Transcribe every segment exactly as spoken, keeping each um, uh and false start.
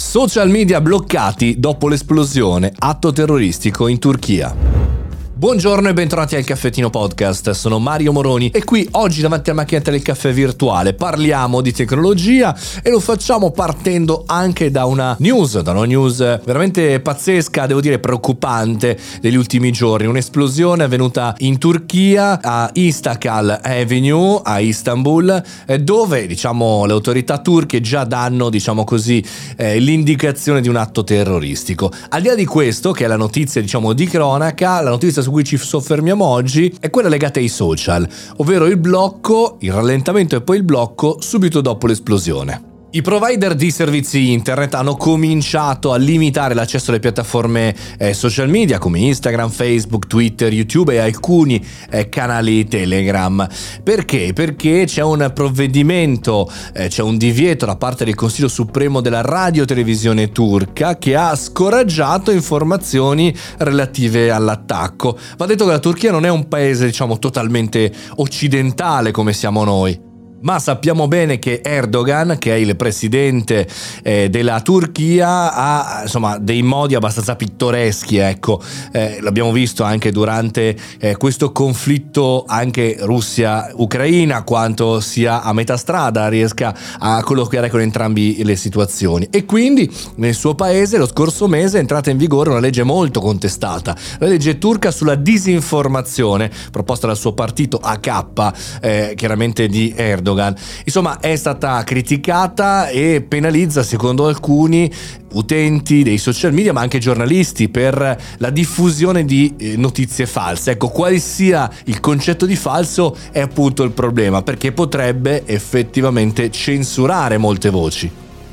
Social media bloccati dopo l'esplosione, atto terroristico in Turchia. Buongiorno e bentornati al Caffettino Podcast, sono Mario Moroni e qui oggi davanti alla macchinetta del caffè virtuale parliamo di tecnologia e lo facciamo partendo anche da una news, da una news veramente pazzesca, devo dire preoccupante degli ultimi giorni. Un'esplosione avvenuta in Turchia a Istiklal Avenue a Istanbul, dove diciamo le autorità turche già danno diciamo così eh, l'indicazione di un atto terroristico. Al di là di questo, che è la notizia diciamo di cronaca, la notizia su cui ci soffermiamo oggi è quella legata ai social, ovvero il blocco, il rallentamento e poi il blocco subito dopo l'esplosione. I provider di servizi internet hanno cominciato a limitare l'accesso alle piattaforme eh, social media come Instagram, Facebook, Twitter, YouTube e alcuni eh, canali Telegram. Perché? Perché c'è un provvedimento, eh, c'è un divieto da parte del Consiglio Supremo della Radio-Televisione turca che ha scoraggiato informazioni relative all'attacco. Va detto che la Turchia non è un paese, diciamo, totalmente occidentale come siamo noi. Ma sappiamo bene che Erdogan, che è il presidente eh, della Turchia, ha insomma dei modi abbastanza pittoreschi, ecco, eh, l'abbiamo visto anche durante eh, questo conflitto anche Russia-Ucraina, quanto sia a metà strada riesca a colloquiare con entrambi le situazioni. E quindi nel suo paese lo scorso mese è entrata in vigore una legge molto contestata, la legge turca sulla disinformazione, proposta dal suo partito A K, eh, chiaramente di Erdogan. Insomma, è stata criticata e penalizza, secondo alcuni, utenti dei social media ma anche giornalisti per la diffusione di notizie false. Ecco, quale sia il concetto di falso è appunto il problema, perché potrebbe effettivamente censurare molte voci.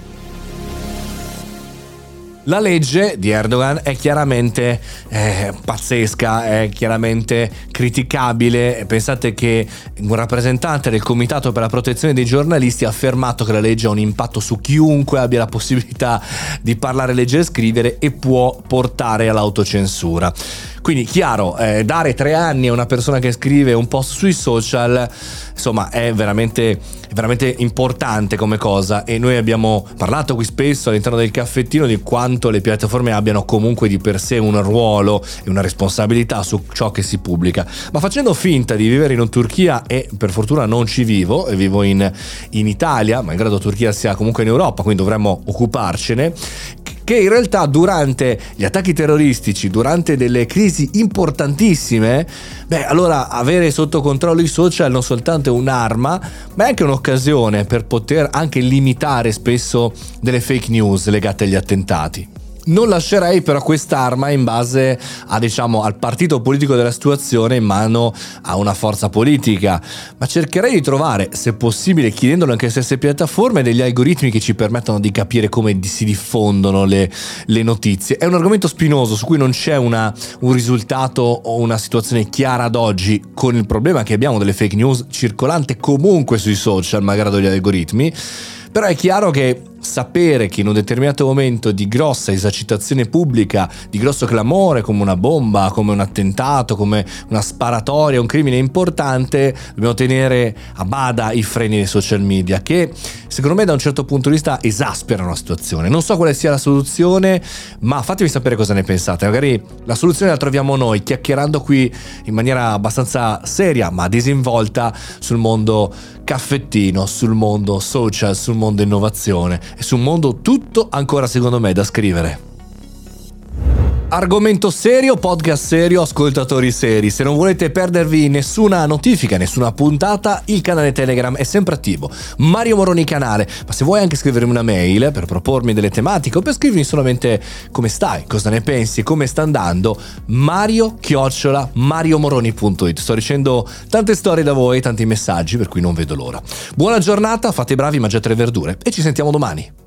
La legge di Erdogan è chiaramente eh, pazzesca, è chiaramente criticabile. Pensate che un rappresentante del Comitato per la protezione dei giornalisti ha affermato che la legge ha un impatto su chiunque abbia la possibilità di parlare, leggere e scrivere e può portare all'autocensura. Quindi chiaro, eh, dare tre anni a una persona che scrive un post sui social, insomma, è veramente, è veramente importante come cosa, e noi abbiamo parlato qui spesso all'interno del caffettino di quanto le piattaforme abbiano comunque di per sé un ruolo e una responsabilità su ciò che si pubblica. Ma facendo finta di vivere in Turchia, e per fortuna non ci vivo, e vivo in, in Italia, malgrado Turchia sia comunque in Europa, quindi dovremmo occuparcene, che in realtà durante gli attacchi terroristici, durante delle crisi importantissime, beh, allora avere sotto controllo i social non soltanto è un'arma, ma è anche un'occasione per poter anche limitare spesso delle fake news legate agli attentati. Non lascerei però quest'arma in base a, diciamo, al partito politico della situazione in mano a una forza politica, ma cercherei di trovare, se possibile, chiedendolo anche alle stesse piattaforme, degli algoritmi che ci permettano di capire come si diffondono le, le notizie. È un argomento spinoso su cui non c'è una, un risultato o una situazione chiara ad oggi, con il problema che abbiamo delle fake news circolante comunque sui social, malgrado gli algoritmi. Però è chiaro che sapere che in un determinato momento di grossa esagitazione pubblica, di grosso clamore, come una bomba, come un attentato, come una sparatoria, un crimine importante, dobbiamo tenere a bada i freni dei social media, che secondo me da un certo punto di vista esasperano la situazione. Non so quale sia la soluzione, ma fatemi sapere cosa ne pensate. Magari la soluzione la troviamo noi, chiacchierando qui in maniera abbastanza seria ma disinvolta sul mondo caffettino, sul mondo social, sul mondo innovazione e su un mondo tutto ancora secondo me da scrivere. Argomento serio, podcast serio, ascoltatori seri. Se non volete perdervi nessuna notifica, nessuna puntata, il canale Telegram è sempre attivo, Mario Moroni canale. Ma se vuoi anche scrivermi una mail per propormi delle tematiche o per scrivermi solamente come stai, cosa ne pensi, come sta andando, Mario chiocciola mariomoroni punto it. Sto ricevendo tante storie da voi, tanti messaggi, per cui non vedo l'ora. Buona giornata, fate i bravi, mangiate le verdure e ci sentiamo domani.